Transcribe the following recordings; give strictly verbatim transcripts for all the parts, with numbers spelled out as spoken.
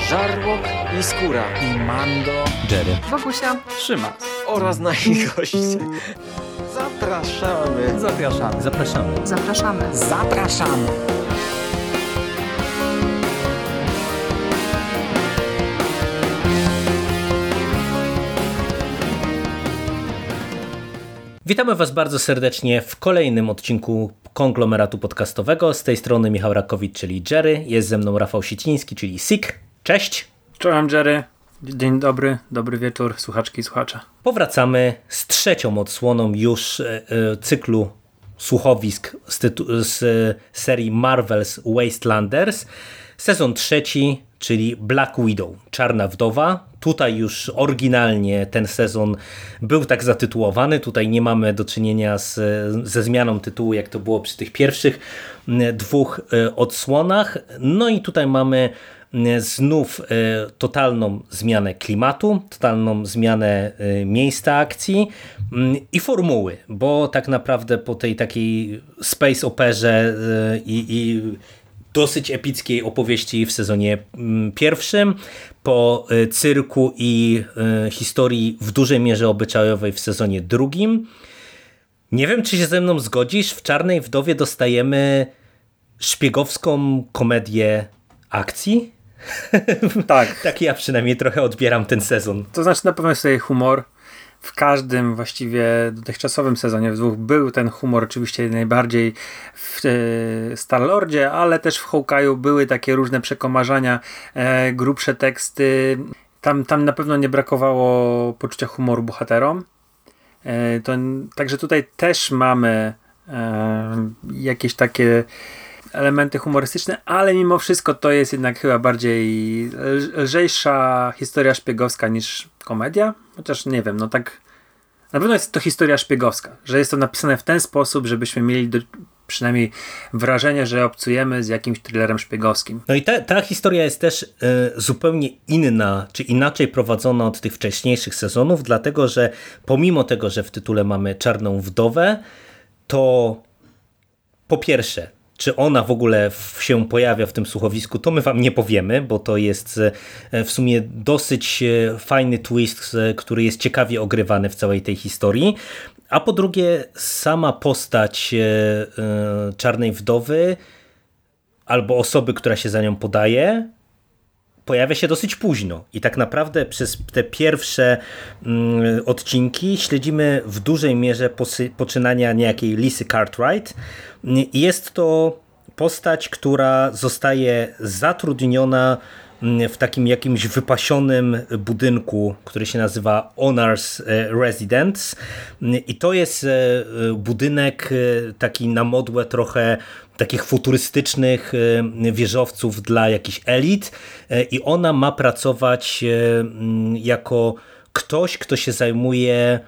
Żarłok i Skóra i Mando, Jerry, Bogusia, Szymas oraz nasi goście. Zapraszamy. Zapraszamy. Zapraszamy. Zapraszamy. Zapraszamy. Witamy Was bardzo serdecznie w kolejnym odcinku Konglomeratu Podcastowego. Z tej strony Michał Rakowicz, czyli Jerry. Jest ze mną Rafał Siciński, czyli Sik. Cześć. Czołem, Jerry. Dzień dobry, dobry wieczór, słuchaczki i słuchacze. Powracamy z trzecią odsłoną już e, e, cyklu słuchowisk z, tytu- z e, serii Marvel's Wastelanders. Sezon trzeci, czyli Black Widow, Czarna Wdowa. Tutaj już oryginalnie ten sezon był tak zatytułowany. Tutaj nie mamy do czynienia z, ze zmianą tytułu, jak to było przy tych pierwszych dwóch odsłonach. No i tutaj mamy znów totalną zmianę klimatu, totalną zmianę miejsca akcji i formuły, bo tak naprawdę po tej takiej space operze i, i dosyć epickiej opowieści w sezonie pierwszym, po cyrku i historii w dużej mierze obyczajowej w sezonie drugim. Nie wiem, czy się ze mną zgodzisz, w Czarnej Wdowie dostajemy szpiegowską komedię akcji. Tak. Tak ja przynajmniej trochę odbieram ten sezon. To znaczy na pewno jest tutaj humor. W każdym właściwie dotychczasowym sezonie, w dwóch, był ten humor oczywiście najbardziej w e, Star-Lordzie, ale też w Hawkeye'u były takie różne przekomarzania, e, grubsze teksty. Tam, tam na pewno nie brakowało poczucia humoru bohaterom. E, to, także tutaj też mamy e, jakieś takie elementy humorystyczne, ale mimo wszystko to jest jednak chyba bardziej lżejsza historia szpiegowska niż komedia, chociaż nie wiem, no tak na pewno jest to historia szpiegowska, że jest to napisane w ten sposób, żebyśmy mieli do, przynajmniej wrażenie, że obcujemy z jakimś thrillerem szpiegowskim. No i ta, ta historia jest też y, zupełnie inna, czy inaczej prowadzona od tych wcześniejszych sezonów, dlatego, że pomimo tego, że w tytule mamy Czarną Wdowę, to po pierwsze, czy ona w ogóle się pojawia w tym słuchowisku, to my wam nie powiemy, bo to jest w sumie dosyć fajny twist, który jest ciekawie ogrywany w całej tej historii. A po drugie, sama postać Czarnej Wdowy albo osoby, która się za nią podaje, pojawia się dosyć późno i tak naprawdę przez te pierwsze mm, odcinki śledzimy w dużej mierze posy- poczynania niejakiej Lisy Cartwright. Jest to postać, która zostaje zatrudniona w takim jakimś wypasionym budynku, który się nazywa Honors Residence, i to jest budynek taki na modłę trochę takich futurystycznych wieżowców dla jakichś elit, i ona ma pracować jako ktoś, kto się zajmuje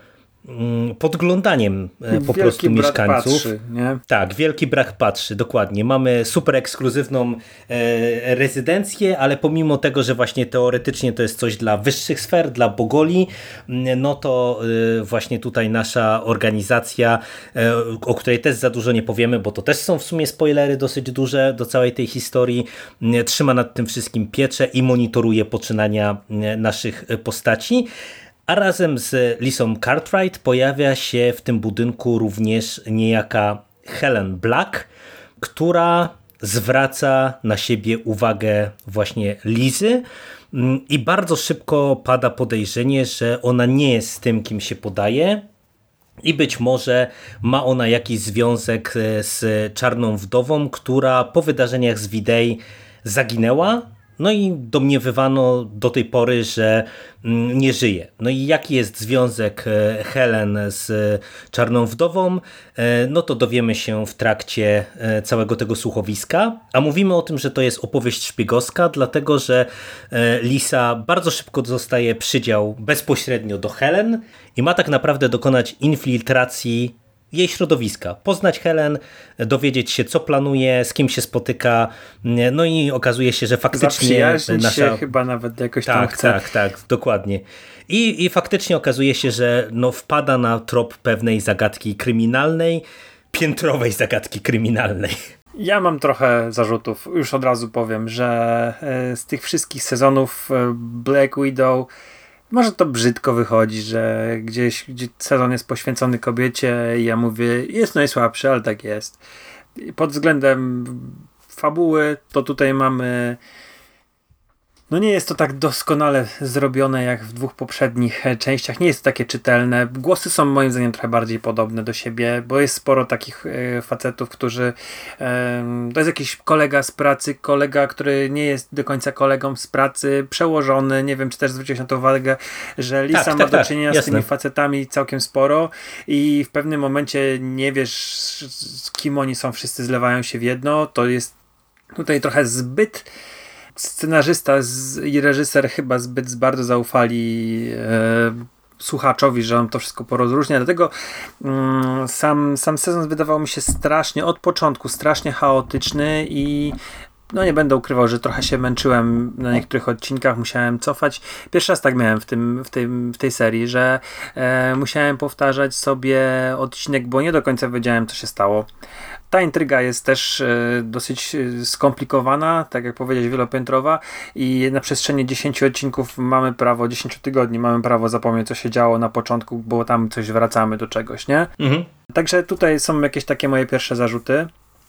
podglądaniem po Wielki prostu brat mieszkańców. Patrzy, nie? Tak, wielki brak patrzy, dokładnie. Mamy super ekskluzywną e, rezydencję, ale pomimo tego, że właśnie teoretycznie to jest coś dla wyższych sfer, dla bogoli, no to e, właśnie tutaj nasza organizacja, e, o której też za dużo nie powiemy, bo to też są w sumie spoilery dosyć duże do całej tej historii, e, trzyma nad tym wszystkim pieczę i monitoruje poczynania e, naszych postaci. A razem z Lisą Cartwright pojawia się w tym budynku również niejaka Helen Black, która zwraca na siebie uwagę właśnie Lizy i bardzo szybko pada podejrzenie, że ona nie jest tym, kim się podaje i być może ma ona jakiś związek z Czarną Wdową, która po wydarzeniach z Widei zaginęła. No i domniemywano do tej pory, że nie żyje. No i jaki jest związek Helen z Czarną Wdową? No to dowiemy się w trakcie całego tego słuchowiska. A mówimy o tym, że to jest opowieść szpiegowska, dlatego że Lisa bardzo szybko dostaje przydział bezpośrednio do Helen i ma tak naprawdę dokonać infiltracji jej środowiska, poznać Helen, dowiedzieć się, co planuje, z kim się spotyka, no i okazuje się, że faktycznie zaprzyjaźnić nasza... się chyba nawet jakoś tak, tam chce. Tak, tak, dokładnie. I, i faktycznie okazuje się, że no, wpada na trop pewnej zagadki kryminalnej, piętrowej zagadki kryminalnej. Ja mam trochę zarzutów. Już od razu powiem, że z tych wszystkich sezonów Black Widow może to brzydko wychodzi, że gdzieś gdzie sezon jest poświęcony kobiecie i ja mówię, jest najsłabszy, ale tak jest. Pod względem fabuły to tutaj mamy, no nie jest to tak doskonale zrobione jak w dwóch poprzednich częściach, nie jest to takie czytelne. Głosy są moim zdaniem trochę bardziej podobne do siebie, bo jest sporo takich e, facetów, którzy e, to jest jakiś kolega z pracy, kolega, który nie jest do końca kolegą z pracy, przełożony, nie wiem czy też zwróciłeś na to uwagę, że Lisa tak, ma tak, do tak, czynienia jasne. z tymi facetami całkiem sporo i w pewnym momencie nie wiesz z kim oni są, wszyscy zlewają się w jedno, to jest tutaj trochę zbyt scenarzysta z, i reżyser chyba zbyt bardzo zaufali e, słuchaczowi, że on to wszystko porozróżnia, dlatego mm, sam, sam sezon wydawał mi się strasznie, od początku strasznie chaotyczny i no nie będę ukrywał, że trochę się męczyłem na niektórych odcinkach, musiałem cofać. Pierwszy raz tak miałem w, tym, w, tym, w tej serii, że e, musiałem powtarzać sobie odcinek, bo nie do końca wiedziałem, co się stało. Ta intryga jest też e, dosyć skomplikowana, tak jak powiedziałeś, wielopiętrowa i na przestrzeni dziesięciu odcinków mamy prawo, dziesięciu tygodni mamy prawo zapomnieć, co się działo na początku, bo tam coś wracamy do czegoś, nie? Mhm. Także tutaj są jakieś takie moje pierwsze zarzuty.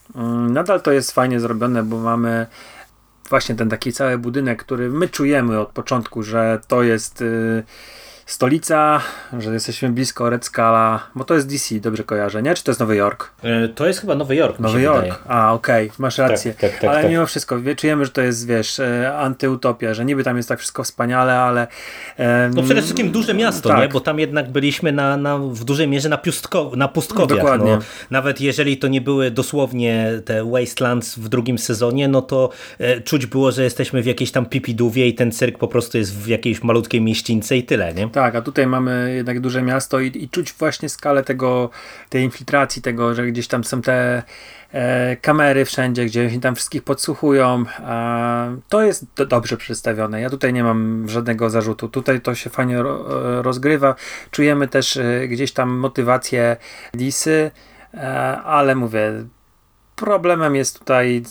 Nadal to jest fajnie zrobione, bo mamy właśnie ten taki cały budynek, który my czujemy od początku, że to jest y, stolica, że jesteśmy blisko Red Scala, bo to jest D C, dobrze kojarzę, nie? Czy to jest Nowy Jork? To jest chyba Nowy Jork. Nowy Jork, wydaje. A okej, okay. Masz rację. Tak, tak, tak, ale tak. Mimo wszystko wie, czujemy, że to jest, wiesz, antyutopia, że niby tam jest tak wszystko wspaniale, ale... Um, no przede wszystkim duże miasto, tak. Nie? Bo tam jednak byliśmy na, na, w dużej mierze na, piustko, na pustkowiach. No, dokładnie. No, nawet jeżeli to nie były dosłownie te wastelands w drugim sezonie, no to e, czuć było, że jesteśmy w jakiejś tam pipidówie i ten cyrk po prostu jest w jakiejś malutkiej mieścińce i tyle, nie? Tak, a tutaj mamy jednak duże miasto i, i czuć właśnie skalę tego, tej infiltracji, tego, że gdzieś tam są te e, kamery wszędzie, gdzie się tam wszystkich podsłuchują. E, to jest do, dobrze przedstawione. Ja tutaj nie mam żadnego zarzutu. Tutaj to się fajnie ro, rozgrywa. Czujemy też e, gdzieś tam motywację Lisy, e, ale mówię, problemem jest tutaj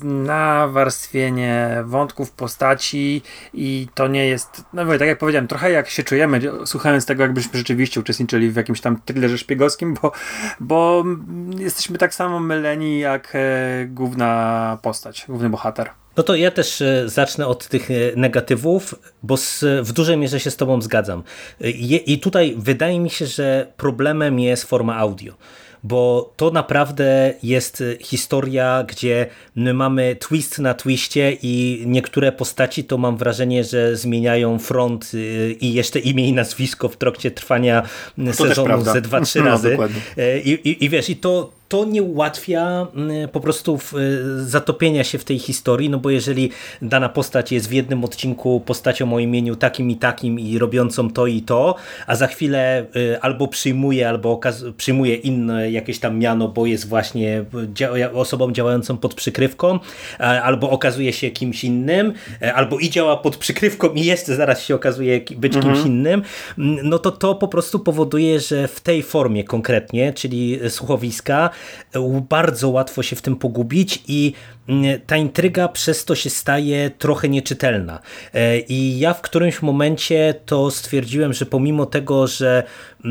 nawarstwienie wątków postaci i to nie jest, no mówię, tak jak powiedziałem, trochę jak się czujemy, słuchając tego, jakbyśmy rzeczywiście uczestniczyli w jakimś tam thrillerze szpiegowskim, bo, bo jesteśmy tak samo myleni jak e, główna postać, główny bohater. No to ja też zacznę od tych negatywów, bo z, w dużej mierze się z tobą zgadzam. I, i tutaj wydaje mi się, że problemem jest forma audio. Bo to naprawdę jest historia, gdzie my mamy twist na twiście i niektóre postaci to mam wrażenie, że zmieniają front i jeszcze imię i nazwisko w trakcie trwania to sezonu ze dwa, trzy razy. No, I, i, I wiesz, i to to nie ułatwia po prostu zatopienia się w tej historii, no bo jeżeli dana postać jest w jednym odcinku postacią o imieniu takim i takim i robiącą to i to, a za chwilę albo przyjmuje, albo przyjmuje inne jakieś tam miano, bo jest właśnie dzia- osobą działającą pod przykrywką, albo okazuje się kimś innym, albo i działa pod przykrywką i jeszcze zaraz się okazuje być mhm. kimś innym, no to to po prostu powoduje, że w tej formie konkretnie, czyli słuchowiska, bardzo łatwo się w tym pogubić i ta intryga przez to się staje trochę nieczytelna. I ja w którymś momencie to stwierdziłem, że pomimo tego, że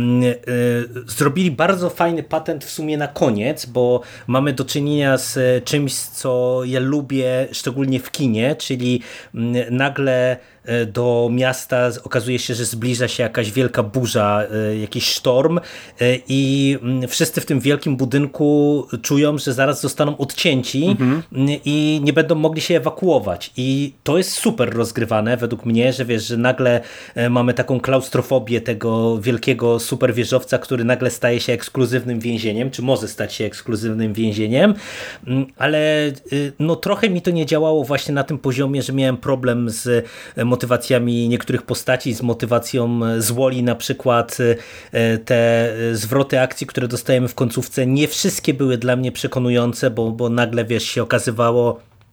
zrobili bardzo fajny patent w sumie na koniec, bo mamy do czynienia z czymś, co ja lubię, szczególnie w kinie, czyli nagle do miasta okazuje się, że zbliża się jakaś wielka burza, jakiś sztorm i wszyscy w tym wielkim budynku czują, że zaraz zostaną odcięci mhm. i nie będą mogli się ewakuować. I to jest super rozgrywane według mnie, że wiesz, że nagle mamy taką klaustrofobię tego wielkiego super wieżowca, który nagle staje się ekskluzywnym więzieniem, czy może stać się ekskluzywnym więzieniem, ale no trochę mi to nie działało właśnie na tym poziomie, że miałem problem z motywacjami niektórych postaci, z motywacją z Wall-E na przykład. Te zwroty akcji, które dostajemy w końcówce, nie wszystkie były dla mnie przekonujące, bo, bo nagle wiesz, się okazywało,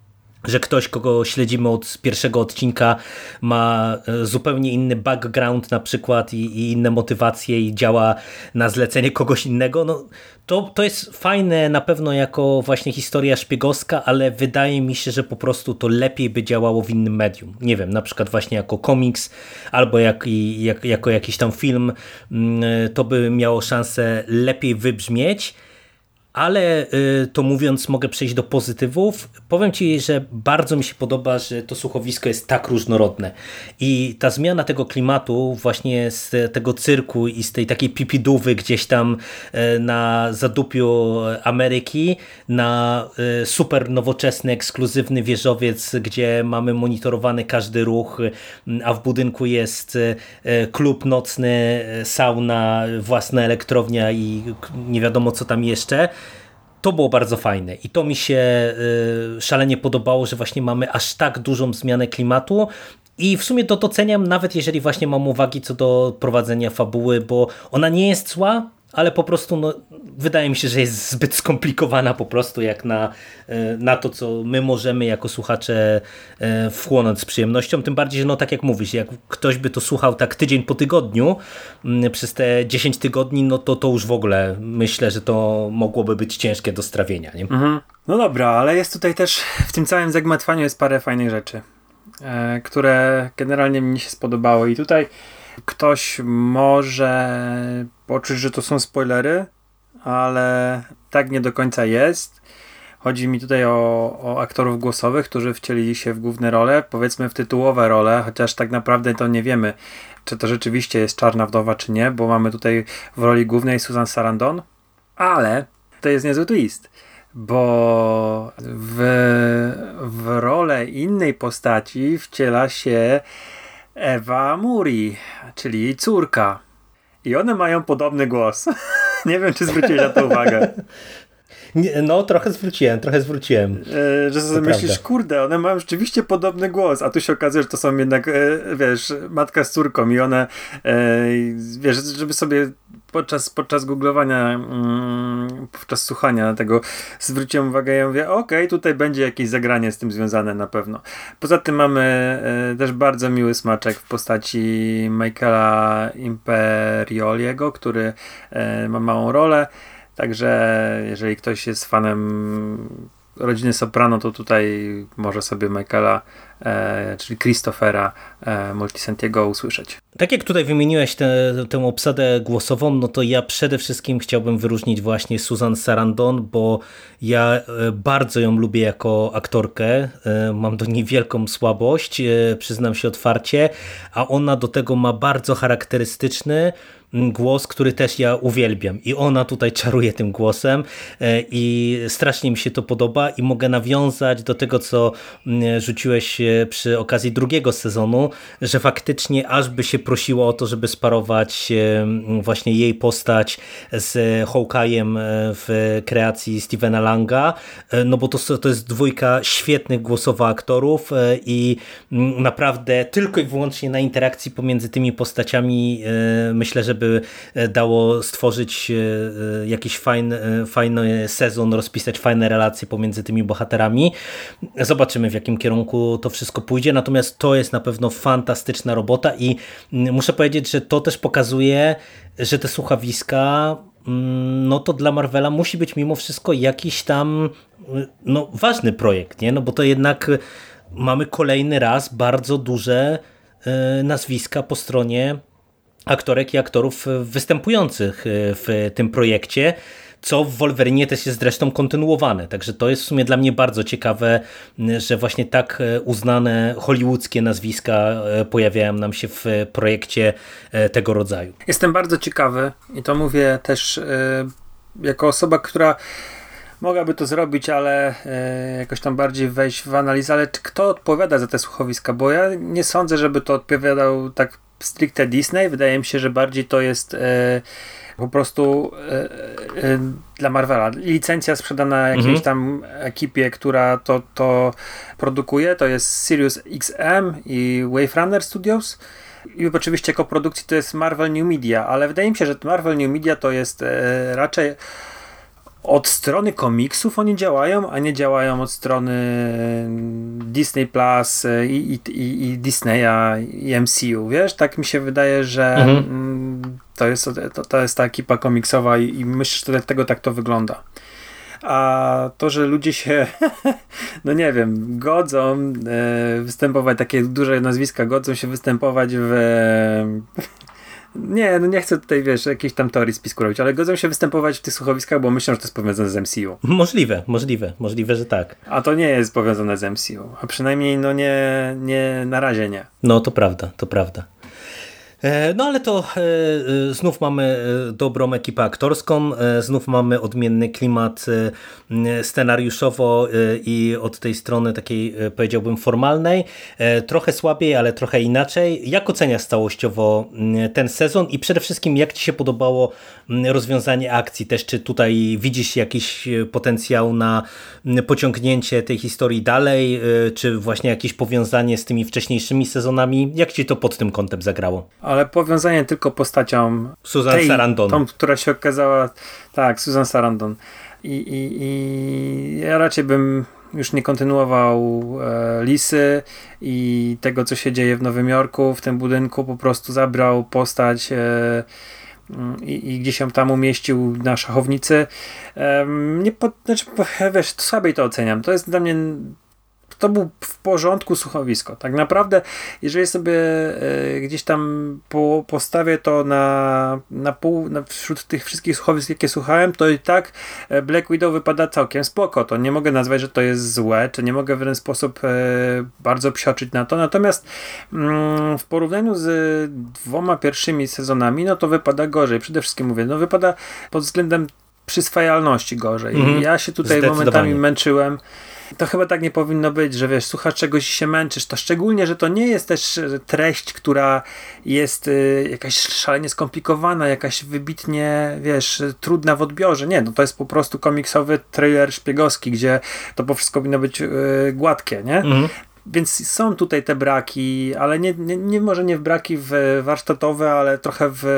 że ktoś, kogo śledzimy od pierwszego odcinka, ma zupełnie inny background na przykład i, i inne motywacje i działa na zlecenie kogoś innego, no to, to jest fajne na pewno jako właśnie historia szpiegowska, ale wydaje mi się, że po prostu to lepiej by działało w innym medium. Nie wiem, na przykład właśnie jako komiks albo jak, jak, jako jakiś tam film, to by miało szansę lepiej wybrzmieć. Ale to mówiąc, mogę przejść do pozytywów. Powiem Ci, że bardzo mi się podoba, że to słuchowisko jest tak różnorodne. I ta zmiana tego klimatu właśnie z tego cyrku i z tej takiej pipidówy gdzieś tam na zadupiu Ameryki na super nowoczesny, ekskluzywny wieżowiec, gdzie mamy monitorowany każdy ruch, a w budynku jest klub nocny, sauna, własna elektrownia i nie wiadomo co tam jeszcze. To było bardzo fajne i to mi się y, szalenie podobało, że właśnie mamy aż tak dużą zmianę klimatu i w sumie to doceniam, nawet jeżeli właśnie mam uwagi co do prowadzenia fabuły, bo ona nie jest zła, ale po prostu no, wydaje mi się, że jest zbyt skomplikowana po prostu jak na, na to, co my możemy jako słuchacze wchłonąć z przyjemnością. Tym bardziej, że no tak jak mówisz, jak ktoś by to słuchał tak tydzień po tygodniu przez te dziesięć tygodni, no to to już w ogóle myślę, że to mogłoby być ciężkie do strawienia. Nie? Mhm. No dobra, ale jest tutaj też w tym całym zagmatwaniu jest parę fajnych rzeczy, e, które generalnie mi się spodobały i tutaj ktoś może poczuć, że to są spoilery, ale tak nie do końca jest. Chodzi mi tutaj o, o aktorów głosowych, którzy wcielili się w główne role, powiedzmy w tytułowe role, chociaż tak naprawdę to nie wiemy, czy to rzeczywiście jest Czarna Wdowa, czy nie, bo mamy tutaj w roli głównej Susan Sarandon, ale to jest niezły twist, bo w, w rolę innej postaci wciela się Ewa Muri, czyli jej córka. I one mają podobny głos. Nie wiem, czy zwróciłeś na to uwagę. No, trochę zwróciłem, trochę zwróciłem. E, że sobie myślisz, prawda. Kurde, one mają rzeczywiście podobny głos, a tu się okazuje, że to są jednak, e, wiesz, matka z córką i one, e, wiesz, żeby sobie podczas, podczas googlowania, mm, podczas słuchania tego zwróciłem uwagę i ja mówię, okej, okay, tutaj będzie jakieś zagranie z tym związane na pewno. Poza tym mamy e, też bardzo miły smaczek w postaci Michaela Imperioliego, który e, ma małą rolę. Także jeżeli ktoś jest fanem rodziny Soprano, to tutaj może sobie Michaela, e, czyli Christophera e, Moltisantiego usłyszeć. Tak jak tutaj wymieniłeś tę, tę obsadę głosową, no to ja przede wszystkim chciałbym wyróżnić właśnie Susan Sarandon, bo ja bardzo ją lubię jako aktorkę. Mam do niej wielką słabość, przyznam się otwarcie, a ona do tego ma bardzo charakterystyczny głos, który też ja uwielbiam i ona tutaj czaruje tym głosem i strasznie mi się to podoba i mogę nawiązać do tego, co rzuciłeś przy okazji drugiego sezonu, że faktycznie aż by się prosiło o to, żeby sparować właśnie jej postać z Hawkeye'em w kreacji Stephena Langa, no bo to, to jest dwójka świetnych głosowo aktorów i naprawdę tylko i wyłącznie na interakcji pomiędzy tymi postaciami myślę, że by dało stworzyć jakiś fajny, fajny sezon, rozpisać fajne relacje pomiędzy tymi bohaterami. Zobaczymy, w jakim kierunku to wszystko pójdzie, natomiast to jest na pewno fantastyczna robota i muszę powiedzieć, że to też pokazuje, że te słuchawiska no to dla Marvela musi być mimo wszystko jakiś tam no, ważny projekt, nie? No bo to jednak mamy kolejny raz bardzo duże nazwiska po stronie aktorek i aktorów występujących w tym projekcie, co w Wolverine też jest zresztą kontynuowane. Także to jest w sumie dla mnie bardzo ciekawe, że właśnie tak uznane hollywoodzkie nazwiska pojawiają nam się w projekcie tego rodzaju. Jestem bardzo ciekawy i to mówię też yy, jako osoba, która mogłaby to zrobić, ale yy, jakoś tam bardziej wejść w analizę, ale czy kto odpowiada za te słuchowiska? Bo ja nie sądzę, żeby to odpowiadał tak stricte Disney. Wydaje mi się, że bardziej to jest yy, po prostu yy, yy, dla Marvela. Licencja sprzedana jakiejś mhm. tam ekipie, która to, to produkuje. To jest Sirius X M i Wave Runner Studios. I oczywiście jako produkcji to jest Marvel New Media, ale wydaje mi się, że Marvel New Media to jest yy, raczej od strony komiksów oni działają, a nie działają od strony Disney Plus i, i, i Disneya i M C U, wiesz? Tak mi się wydaje, że mhm. to, jest, to, to jest ta ekipa komiksowa i, i myślę, że tego tak to wygląda. A to, że ludzie się, no nie wiem, godzą e, występować, takie duże nazwiska, godzą się występować w... E, nie, no nie chcę tutaj, wiesz, jakiejś tam teorii spisku robić, ale godzą się występować w tych słuchowiskach, bo myślą, że to jest powiązane z M C U. Możliwe, możliwe, możliwe, że tak. A to nie jest powiązane z M C U, a przynajmniej no nie, nie na razie nie. No to prawda, to prawda. No ale to e, znów mamy dobrą ekipę aktorską, e, znów mamy odmienny klimat e, scenariuszowo e, i od tej strony takiej e, powiedziałbym formalnej, e, trochę słabiej, ale trochę inaczej. Jak oceniasz całościowo e, ten sezon i przede wszystkim jak Ci się podobało e, rozwiązanie akcji? Też czy tutaj widzisz jakiś potencjał na pociągnięcie tej historii dalej, e, czy właśnie jakieś powiązanie z tymi wcześniejszymi sezonami? Jak Ci to pod tym kątem zagrało? Ale powiązanie tylko postacią Susan tej, Sarandon. Tą, która się okazała, tak, Susan Sarandon. I, i, i ja raczej bym już nie kontynuował e, Lisy i tego, co się dzieje w Nowym Jorku, w tym budynku, po prostu zabrał postać e, i, i gdzieś ją tam umieścił na szachownicy. E, nie po, znaczy, wiesz, słabiej to oceniam. To jest dla mnie to był w porządku słuchowisko. Tak naprawdę, jeżeli sobie e, gdzieś tam po, postawię to na, na pół, na, wśród tych wszystkich słuchowisk, jakie słuchałem, to i tak Black Widow wypada całkiem spoko. To nie mogę nazwać, że to jest złe, czy nie mogę w ten sposób e, bardzo psioczyć na to. Natomiast mm, w porównaniu z dwoma pierwszymi sezonami, no to wypada gorzej. Przede wszystkim mówię, no wypada pod względem przyswajalności gorzej. Mm, ja się tutaj momentami męczyłem. To chyba tak nie powinno być, że wiesz, słuchasz czegoś i się męczysz. To szczególnie, że to nie jest też treść, która jest y, jakaś szalenie skomplikowana, jakaś wybitnie, wiesz, trudna w odbiorze. Nie, no to jest po prostu komiksowy thriller szpiegowski, gdzie to wszystko powinno być y, gładkie, nie? Mhm. Więc są tutaj te braki, ale nie, nie, nie może nie w braki w warsztatowe, ale trochę w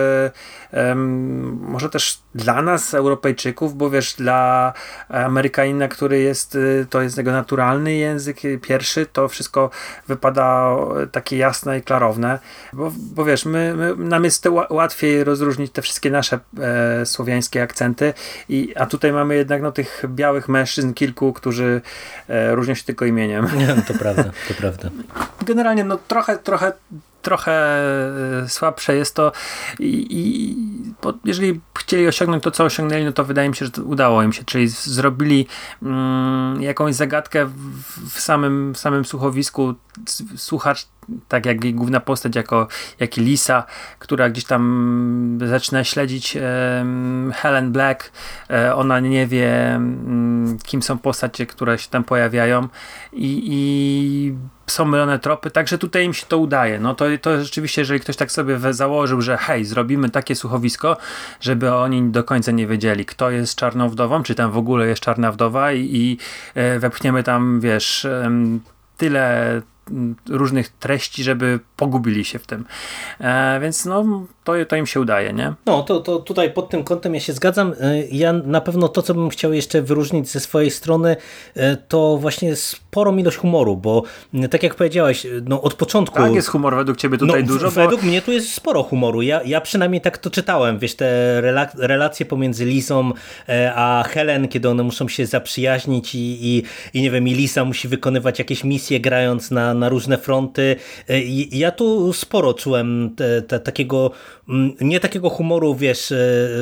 um, może też dla nas, Europejczyków, bo wiesz, dla Amerykanina, który jest, to jest jego naturalny język pierwszy, to wszystko wypada takie jasne i klarowne, bo, bo wiesz, my, my, nam jest łatwiej rozróżnić te wszystkie nasze e, słowiańskie akcenty, i, a tutaj mamy jednak no, tych białych mężczyzn kilku, którzy e, różnią się tylko imieniem. Nie, to prawda. To prawda. Generalnie no trochę, trochę, trochę słabsze jest to i, i bo jeżeli chcieli osiągnąć to, co osiągnęli, no to wydaje mi się, że to udało im się, czyli zrobili mm, jakąś zagadkę w, w, samym, w samym słuchowisku. Słuchacz, tak jak jej główna postać, jako, jak i Lisa, która gdzieś tam zaczyna śledzić um, Helen Black. E, ona nie wie, um, kim są postacie, które się tam pojawiają i, i są mylone tropy, także tutaj im się to udaje. No to, to rzeczywiście, jeżeli ktoś tak sobie założył, że hej, zrobimy takie słuchowisko, żeby oni do końca nie wiedzieli, kto jest czarną wdową, czy tam w ogóle jest czarna wdowa i, i e, wepchniemy tam, wiesz, e, tyle różnych treści, żeby pogubili się w tym. E, więc no, to, to im się udaje, nie? No, to, to tutaj pod tym kątem ja się zgadzam. Ja na pewno to, co bym chciał jeszcze wyróżnić ze swojej strony, to właśnie sporą ilość humoru, bo tak jak powiedziałeś, no od początku... Tak, jest humor według ciebie tutaj no, dużo? Według bo... mnie tu jest sporo humoru. Ja, ja przynajmniej tak to czytałem. Wiesz, te rela- relacje pomiędzy Lisą a Helen, kiedy one muszą się zaprzyjaźnić i, i, i nie wiem, i Lisa musi wykonywać jakieś misje, grając na, na różne fronty. I ja tu sporo czułem te, te, takiego, nie takiego humoru, wiesz,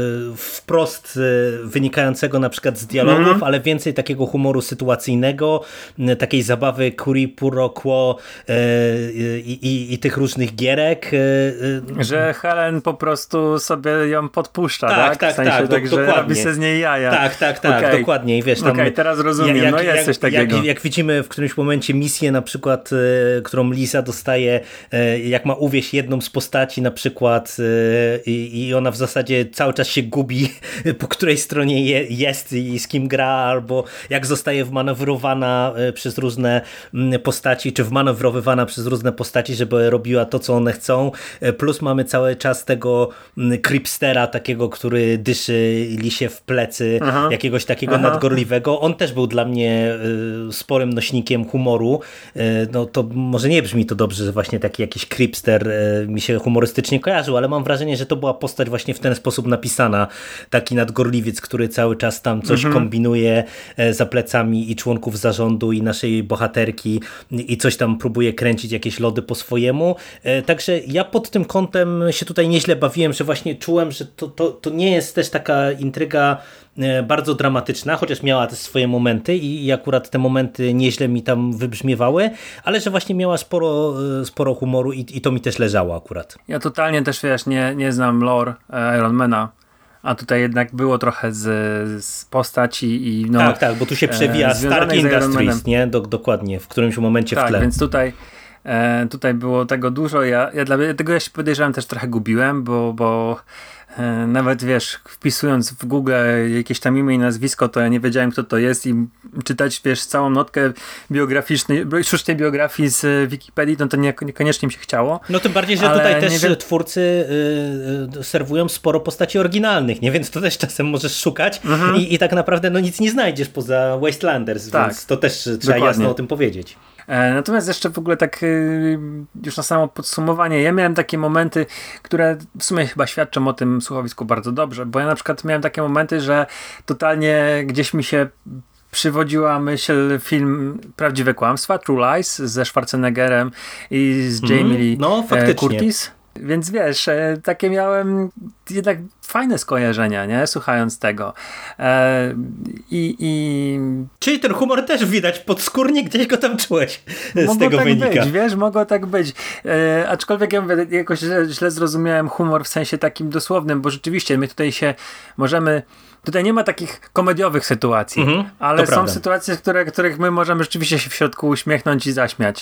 wprost wynikającego na przykład z dialogów, mm. ale więcej takiego humoru sytuacyjnego, takiej zabawy curi pro quo i, i, i tych różnych gierek. Że Helen po prostu sobie ją podpuszcza, tak? Tak, tak, w sensie, tak, tak, do, że dokładnie. robi se z niej jaja. Tak, tak, tak, okay. dokładnie. I wiesz, tam, okay, teraz rozumiem, jak, no jest jak, coś takiego. Jak, jak widzimy w którymś momencie misję na przykład którą Lisa dostaje, jak ma uwieść jedną z postaci na przykład i ona w zasadzie cały czas się gubi, po której stronie je, jest i z kim gra, albo jak zostaje wmanewrowana przez różne postaci, czy wmanewrowywana przez różne postaci, żeby robiła to, co one chcą. Plus mamy cały czas tego creepstera takiego, który dyszy Lisie w plecy, Aha. jakiegoś takiego Aha. nadgorliwego. On też był dla mnie sporym nośnikiem humoru. No to może nie brzmi to dobrze, że właśnie taki jakiś creepster mi się humorystycznie kojarzył, ale mam wrażenie, że to była postać właśnie w ten sposób napisana. Taki nadgorliwiec, który cały czas tam coś mhm. kombinuje za plecami i członków zarządu i naszej bohaterki i coś tam próbuje kręcić, jakieś lody po swojemu. Także ja pod tym kątem się tutaj nieźle bawiłem, że właśnie czułem, że to, to, to nie jest też taka intryga bardzo dramatyczna, chociaż miała też swoje momenty i akurat te momenty nieźle mi tam wybrzmiewały, ale że właśnie miała sporo, sporo humoru i, i to mi też leżało akurat. Ja totalnie też, wiesz, nie, nie znam lore Ironmana, a tutaj jednak było trochę z, z postaci i no... Tak, tak, bo tu się przewija Stark Industries, nie? Do, dokładnie, w którymś momencie tak, w tle. Tak, więc tutaj e, tutaj było tego dużo. Ja, ja dlatego ja się podejrzewam też trochę gubiłem, bo, bo e, nawet wiesz, wpisując w Google jakieś tam imię i nazwisko, to ja nie wiedziałem, kto to jest i czytać, wiesz, całą notkę biograficznej, sztucznej biografii z Wikipedii, no to nie, niekoniecznie mi się chciało. No tym bardziej, że tutaj też wiem... twórcy y, y, serwują sporo postaci oryginalnych, nie? Więc to też czasem możesz szukać mhm. i, i tak naprawdę no nic nie znajdziesz poza Wastelanders, tak. Więc to też trzeba Dokładnie. jasno o tym powiedzieć. Natomiast jeszcze w ogóle tak już na samo podsumowanie, ja miałem takie momenty, które w sumie chyba świadczą o tym słuchowisku bardzo dobrze, bo ja na przykład miałem takie momenty, że totalnie gdzieś mi się przywodziła myśl film Prawdziwe Kłamstwa, True Lies ze Schwarzeneggerem i z Jamie mm, Lee no, Curtis. Więc wiesz, takie miałem jednak fajne skojarzenia, nie? Słuchając tego. E, i, i... Czyli ten humor też widać podskórnie, gdzieś go tam czułeś z mogło tego tak wynika. Być, wiesz, mogło tak być. E, aczkolwiek ja mówię, jakoś źle, źle zrozumiałem humor w sensie takim dosłownym, bo rzeczywiście my tutaj się możemy Tutaj nie ma takich komediowych sytuacji, mm-hmm, ale są prawda. sytuacje, które, których my możemy rzeczywiście się w środku uśmiechnąć i zaśmiać.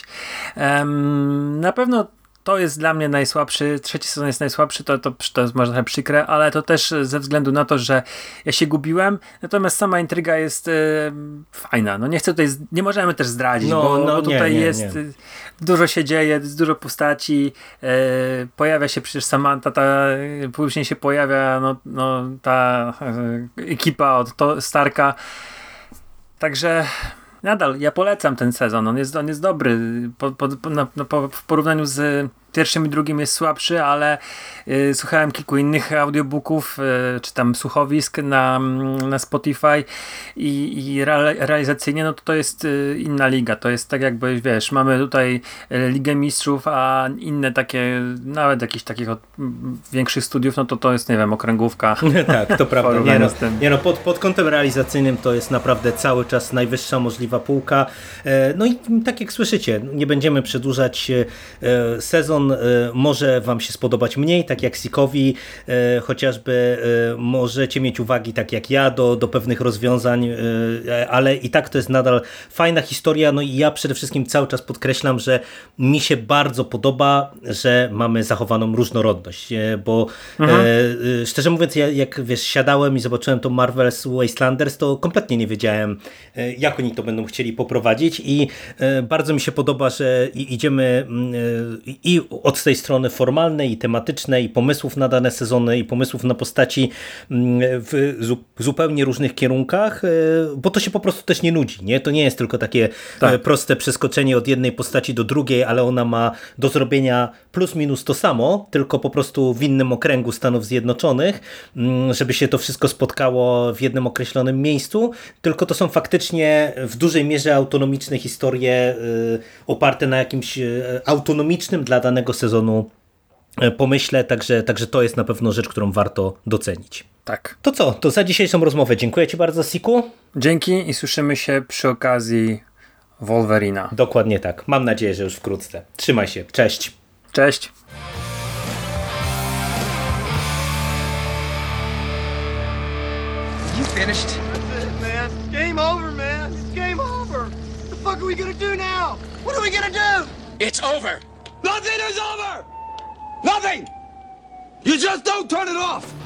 Um, na pewno to jest dla mnie najsłabszy, trzeci sezon jest najsłabszy, to, to, to jest może trochę przykre, ale to też ze względu na to, że ja się gubiłem, natomiast sama intryga jest e, fajna. No nie chcę tutaj, nie możemy też zdradzić, no, bo, no, bo tutaj nie, nie, jest, nie. dużo się dzieje, jest dużo postaci, e, pojawia się przecież Samantha, ta, później się pojawia no, no, ta e, ekipa od to, Starka, także nadal ja polecam ten sezon, on jest, on jest dobry, po, po, na, po, w porównaniu z pierwszym i drugim jest słabszy, ale y, słuchałem kilku innych audiobooków, y, czy tam słuchowisk na, na Spotify i, i re, realizacyjnie, no to to jest y, inna liga, to jest tak jakby, wiesz, mamy tutaj y, Ligę Mistrzów, a inne takie, nawet jakichś takich od, m, większych studiów, no to to jest, nie wiem, okręgówka. Tak, to prawda. Nie no, nie no pod, pod kątem realizacyjnym to jest naprawdę cały czas najwyższa możliwa półka. E, no i tak jak słyszycie, nie będziemy przedłużać e, sezon może wam się spodobać mniej, tak jak Sikowi, e, chociażby e, możecie mieć uwagi, tak jak ja, do, do pewnych rozwiązań, e, ale i tak to jest nadal fajna historia, no i ja przede wszystkim cały czas podkreślam, że mi się bardzo podoba, że mamy zachowaną różnorodność, e, bo mhm. e, szczerze mówiąc, ja, jak wiesz, siadałem i zobaczyłem to Marvel's Wastelanders, to kompletnie nie wiedziałem, e, jak oni to będą chcieli poprowadzić i e, bardzo mi się podoba, że i, idziemy e, i od tej strony formalnej i tematycznej, i pomysłów na dane sezony, i pomysłów na postaci w zupełnie różnych kierunkach, bo to się po prostu też nie nudzi, nie? To nie jest tylko takie tak. proste przeskoczenie od jednej postaci do drugiej, ale ona ma do zrobienia plus minus to samo, tylko po prostu w innym okręgu Stanów Zjednoczonych, żeby się to wszystko spotkało w jednym określonym miejscu, tylko to są faktycznie w dużej mierze autonomiczne historie oparte na jakimś autonomicznym dla danego sezonu pomyśle, także, także to jest na pewno rzecz, którą warto docenić. Tak. To co? To za dzisiejszą rozmowę dziękuję ci bardzo, Siku. Dzięki i słyszymy się przy okazji Wolverina. Dokładnie tak. Mam nadzieję, że już wkrótce. Trzymaj się. Cześć. Cześć. You finished? That's it, man. Game over, man. It's game over. fuck are we gonna do now? What are we gonna do? It's over. Nothing is over. Nothing. You just don't turn it off.